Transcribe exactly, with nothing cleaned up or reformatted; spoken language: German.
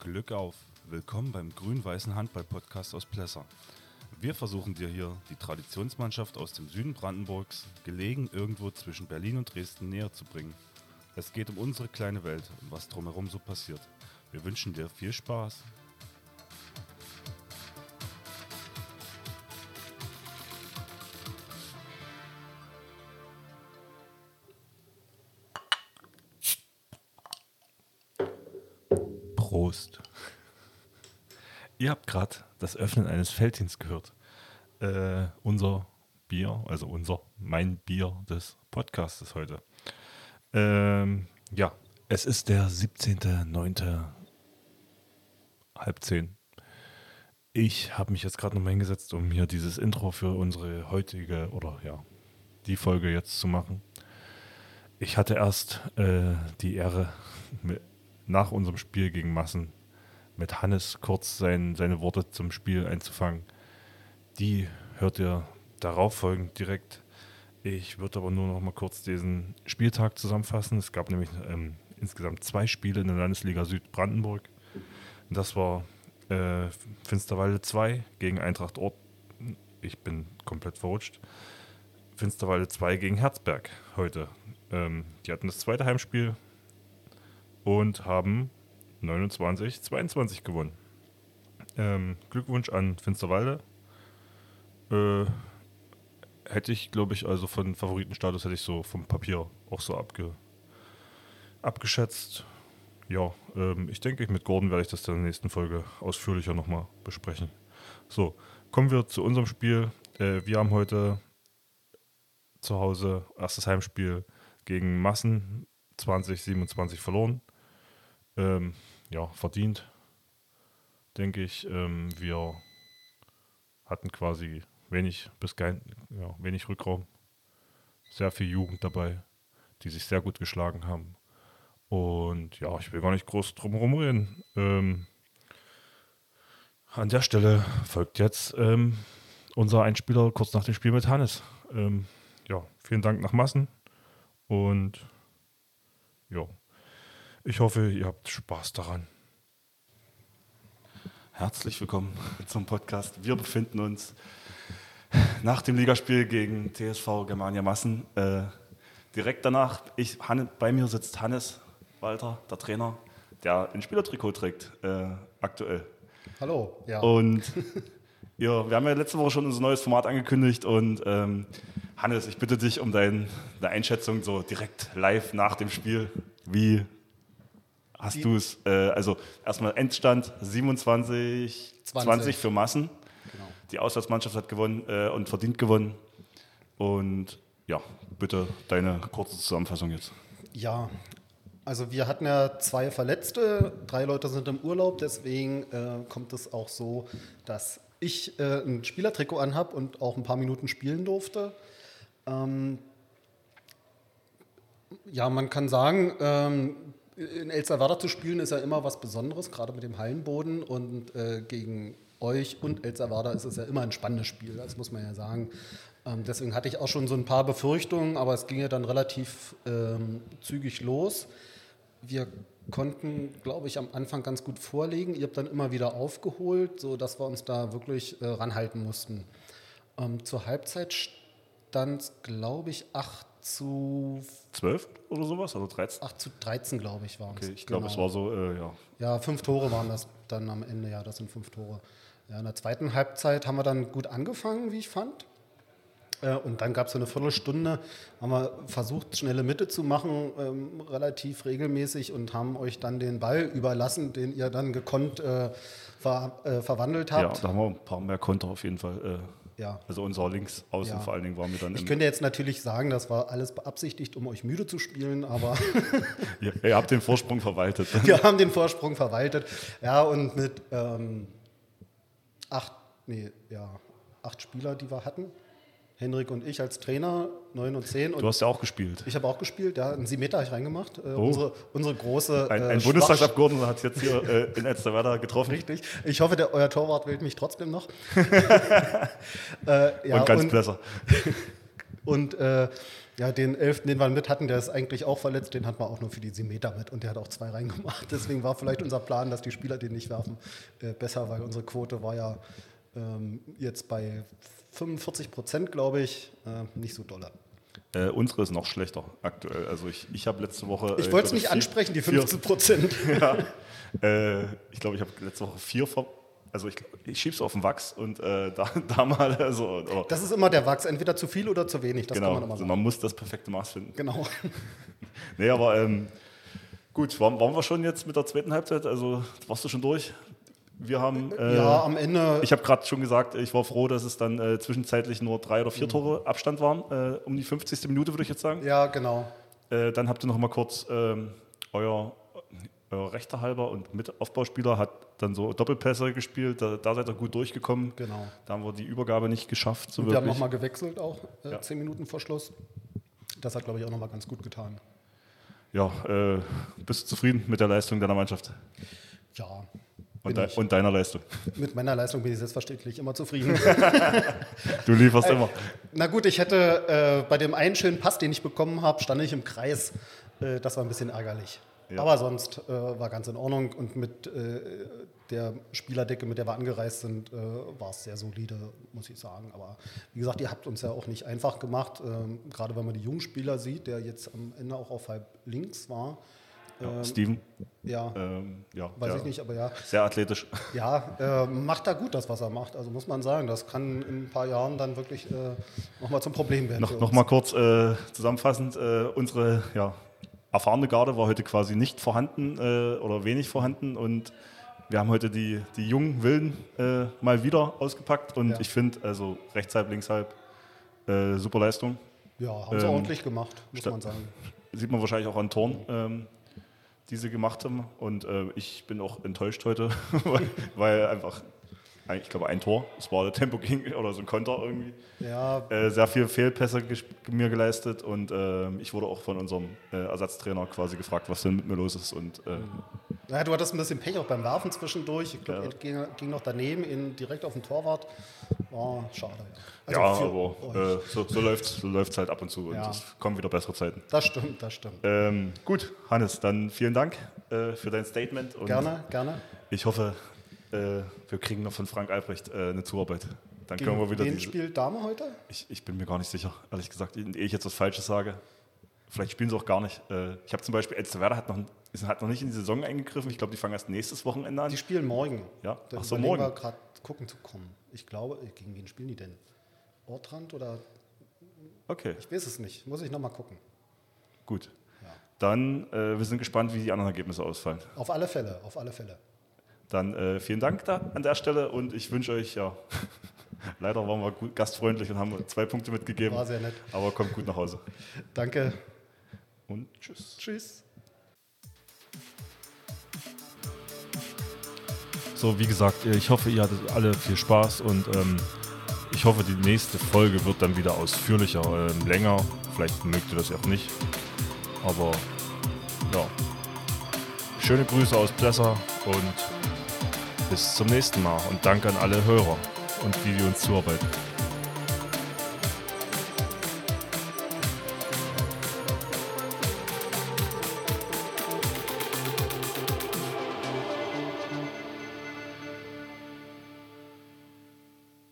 Glück auf! Willkommen beim grün-weißen Handball-Podcast aus Plessa. Wir versuchen dir hier die Traditionsmannschaft aus dem Süden Brandenburgs, gelegen irgendwo zwischen Berlin und Dresden, näher zu bringen. Es geht um unsere kleine Welt und was drumherum so passiert. Wir wünschen dir viel Spaß. Prost. Ihr habt gerade das Öffnen eines Feldchens gehört. Äh, unser Bier, also unser, mein Bier des Podcastes heute. Ähm, ja, es ist der siebzehnter neunter halb zehn. Ich habe mich jetzt gerade nochmal hingesetzt, um hier dieses Intro für unsere heutige, oder ja, die Folge jetzt zu machen. Ich hatte erst äh, die Ehre, mit, nach unserem Spiel gegen Massen mit Hannes kurz sein, seine Worte zum Spiel einzufangen. Die hört ihr darauf folgend direkt. Ich würde aber nur noch mal kurz diesen Spieltag zusammenfassen. Es gab nämlich ähm, insgesamt zwei Spiele in der Landesliga Südbrandenburg. Das war äh, Finsterwalde zwei gegen Eintracht Ort. Ich bin komplett verrutscht. Finsterwalde zwei gegen Herzberg heute. Ähm, die hatten das zweite Heimspiel und haben neunundzwanzig zweiundzwanzig gewonnen. Ähm, Glückwunsch an Finsterwalde. Äh, hätte ich, glaube ich, also von Favoritenstatus hätte ich so vom Papier auch so abge, abgeschätzt. Ja, ähm, ich denke, mit Gordon werde ich das dann in der nächsten Folge ausführlicher nochmal besprechen. So, kommen wir zu unserem Spiel. Äh, wir haben heute zu Hause erstes Heimspiel gegen Massen zwanzig siebenundzwanzig verloren. Ähm, ja, verdient, denke ich. Ähm, wir hatten quasi wenig bis kein, ja, wenig Rückraum. Sehr viel Jugend dabei, die sich sehr gut geschlagen haben. Und ja, ich will gar nicht groß drum herum reden. Ähm, an der Stelle folgt jetzt ähm, unser Einspieler kurz nach dem Spiel mit Hannes. Ähm, ja, vielen Dank nach Massen. Und ja, ich hoffe, ihr habt Spaß daran. Herzlich willkommen zum Podcast. Wir befinden uns nach dem Ligaspiel gegen T S V Germania Massen. Äh, direkt danach, ich, Hannes, bei mir sitzt Hannes Walter, der Trainer, der ein Spielertrikot trägt, äh, aktuell. Hallo, ja. Und ja, wir haben ja letzte Woche schon unser neues Format angekündigt und ähm, Hannes, ich bitte dich um dein, deine Einschätzung so direkt live nach dem Spiel. Wie hast du es? Äh, also erstmal Endstand siebenundzwanzig zwanzig für Massen. Genau. Die Auswärtsmannschaft hat gewonnen äh, und verdient gewonnen. Und ja, bitte deine kurze Zusammenfassung jetzt. Ja, also wir hatten ja zwei Verletzte, drei Leute sind im Urlaub, deswegen äh, kommt es auch so, dass ich äh, ein Spielertrikot anhab und auch ein paar Minuten spielen durfte. Ähm, ja, man kann sagen, ähm, in Elsterwerda zu spielen ist ja immer was Besonderes, gerade mit dem Hallenboden, und äh, gegen euch und Elsterwerda ist es ja immer ein spannendes Spiel, das muss man ja sagen. Ähm, deswegen hatte ich auch schon so ein paar Befürchtungen, aber es ging ja dann relativ ähm, zügig los. Wir konnten, glaube ich, am Anfang ganz gut vorlegen. Ihr habt dann immer wieder aufgeholt, sodass wir uns da wirklich äh, ranhalten mussten. Ähm, zur Halbzeit stand es, glaube ich, acht zu zwölf oder sowas? Also dreizehn? acht zu dreizehn, glaube ich, waren es. Okay, ich glaube, genau. es war so, äh, ja. Ja, fünf Tore waren das dann am Ende, ja, das sind fünf Tore. Ja, in der zweiten Halbzeit haben wir dann gut angefangen, wie ich fand. Und dann gab es so eine Viertelstunde, haben wir versucht, schnelle Mitte zu machen, ähm, relativ regelmäßig, und haben euch dann den Ball überlassen, den ihr dann gekonnt äh, ver, äh, verwandelt habt. Ja, da haben wir ein paar mehr Konter auf jeden Fall. Äh, ja. Also unser Linksaußen Ja. vor allen Dingen waren wir dann. Ich könnte jetzt natürlich sagen, das war alles beabsichtigt, um euch müde zu spielen, aber ihr, ihr habt den Vorsprung verwaltet. Wir haben den Vorsprung verwaltet. Ja, und mit ähm, acht, nee, ja, acht Spieler, die wir hatten, Henrik und ich als Trainer, neun und zehn. Und du hast ja auch gespielt. Ich habe auch gespielt, ja. Einen Sieben Meter habe ich reingemacht. Äh, oh. unsere, unsere große. Ein, äh, ein Bundestagsabgeordneter hat jetzt hier äh, in Elsterwerda getroffen. Richtig. Ich hoffe, der, euer Torwart wählt mich trotzdem noch. äh, ja, und ganz und, besser. Und äh, ja, den elften, den wir mit hatten, der ist eigentlich auch verletzt, den hatten wir auch nur für die sieben Meter mit und der hat auch zwei reingemacht. Deswegen war vielleicht unser Plan, dass die Spieler den nicht werfen, äh, besser, weil unsere Quote war ja ähm, jetzt bei fünfundvierzig Prozent, glaube ich, äh, nicht so dolle. Äh, unsere ist noch schlechter aktuell. Also ich, ich habe letzte Woche... Ich äh, wollte es nicht vier, ansprechen, die fünfzehn Prozent. ja, äh, ich glaube, ich habe letzte Woche vier... Ver Also ich, ich schiebe es auf den Wachs und äh, da, da mal... Also, oder, das ist immer der Wachs, entweder zu viel oder zu wenig, das genau, kann man immer also sagen. Man muss das perfekte Maß finden. Genau. Nee, aber ähm, gut, waren, waren wir schon jetzt mit der zweiten Halbzeit? Also warst du schon durch? Wir haben... Äh, ja, am Ende... Ich habe gerade schon gesagt, ich war froh, dass es dann äh, zwischenzeitlich nur drei oder vier Tore Abstand waren. Äh, um die fünfzigste Minute, würde ich jetzt sagen. Ja, genau. Äh, dann habt ihr noch mal kurz ähm, euer, euer rechter Halber und Mitaufbauspieler hat dann so Doppelpässe gespielt. Da, da seid ihr gut durchgekommen. Genau. Da haben wir die Übergabe nicht geschafft. So und wir wirklich. haben nochmal gewechselt auch, äh, Ja. zehn Minuten vor Schluss. Das hat, glaube ich, auch nochmal ganz gut getan. Ja, äh, bist du zufrieden mit der Leistung deiner Mannschaft? Ja. Und, bin de ich. und deiner Leistung? Mit meiner Leistung bin ich selbstverständlich immer zufrieden. Du lieferst immer. Na gut, ich hätte äh, bei dem einen schönen Pass, den ich bekommen habe, stand ich im Kreis. Äh, das war ein bisschen ärgerlich. Ja. Aber sonst äh, war ganz in Ordnung. Und mit äh, der Spielerdecke, mit der wir angereist sind, äh, war es sehr solide, muss ich sagen. Aber wie gesagt, ihr habt uns ja auch nicht einfach gemacht. Ähm, gerade wenn man die jungen Spieler sieht, der jetzt am Ende auch auf halb links war. Ja, Ähm, Steven, Ja, ähm, ja, weiß der- ich nicht, aber ja. sehr athletisch. Ja, äh, macht er gut, das, was er macht. Also muss man sagen, das kann in ein paar Jahren dann wirklich äh, nochmal zum Problem werden. Noch, für noch uns. mal kurz äh, zusammenfassend, äh, unsere ja, erfahrene Garde war heute quasi nicht vorhanden äh, oder wenig vorhanden und wir haben heute die, die jungen Wilden äh, mal wieder ausgepackt und Ja. ich finde, also rechts halb, links halb, äh, super Leistung. Ja, haben sie ähm, ordentlich gemacht, muss sta- man sagen. Sieht man wahrscheinlich auch an Toren, ähm, die sie gemacht haben und äh, ich bin auch enttäuscht heute, weil, weil einfach, ein- ich glaube ein Tor, es war der Tempo King oder so ein Konter irgendwie. Ja, Äh, sehr viel Fehlpässe ges- mir geleistet und ähm, ich wurde auch von unserem äh, Ersatztrainer quasi gefragt, was denn mit mir los ist. Und äh, ja, du hattest ein bisschen Pech auch beim Werfen zwischendurch. Ich glaube, Ja. er ging, ging noch daneben, in, direkt auf den Torwart. War schade. Ja, ja, für aber euch. äh, so, so läuft es so läuft's halt ab und zu und Ja. es kommen wieder bessere Zeiten. Das stimmt, das stimmt. Ähm, gut, Hannes, dann vielen Dank äh, für dein Statement und Gerne, gerne. ich hoffe, äh, wir kriegen noch von Frank Albrecht äh, eine Zuarbeit. Dann können wir wieder Wen diese, spielt Dame heute? ich, ich bin mir gar nicht sicher, ehrlich gesagt, ehe ich jetzt was Falsches sage. Vielleicht spielen sie auch gar nicht. Äh, ich habe zum Beispiel, Elsterwerda hat noch, ist- hat noch nicht in die Saison eingegriffen. Ich glaube, die fangen erst nächstes Wochenende an. Die spielen morgen. Ja, Da ach so, überlegen morgen. wir gerade gucken zu kommen. Ich glaube, äh, gegen wen spielen die denn? Ortrand oder? Okay, Ich weiß es nicht. Muss ich nochmal gucken. gut. Ja. Dann, äh, wir sind gespannt, wie die anderen Ergebnisse ausfallen. Auf alle Fälle, auf alle Fälle. Dann äh, vielen Dank da an der Stelle und ich wünsche euch, ja, leider waren wir gut gastfreundlich und haben zwei Punkte mitgegeben, War sehr nett. aber kommt gut nach Hause. Danke. Und tschüss. Tschüss. So, wie gesagt, ich hoffe, ihr hattet alle viel Spaß und ähm, ich hoffe, die nächste Folge wird dann wieder ausführlicher, ähm, länger. Vielleicht mögt ihr das ja auch nicht. Aber ja, schöne Grüße aus Plessa und bis zum nächsten Mal. Und danke an alle Hörer und die, die uns zuarbeiten.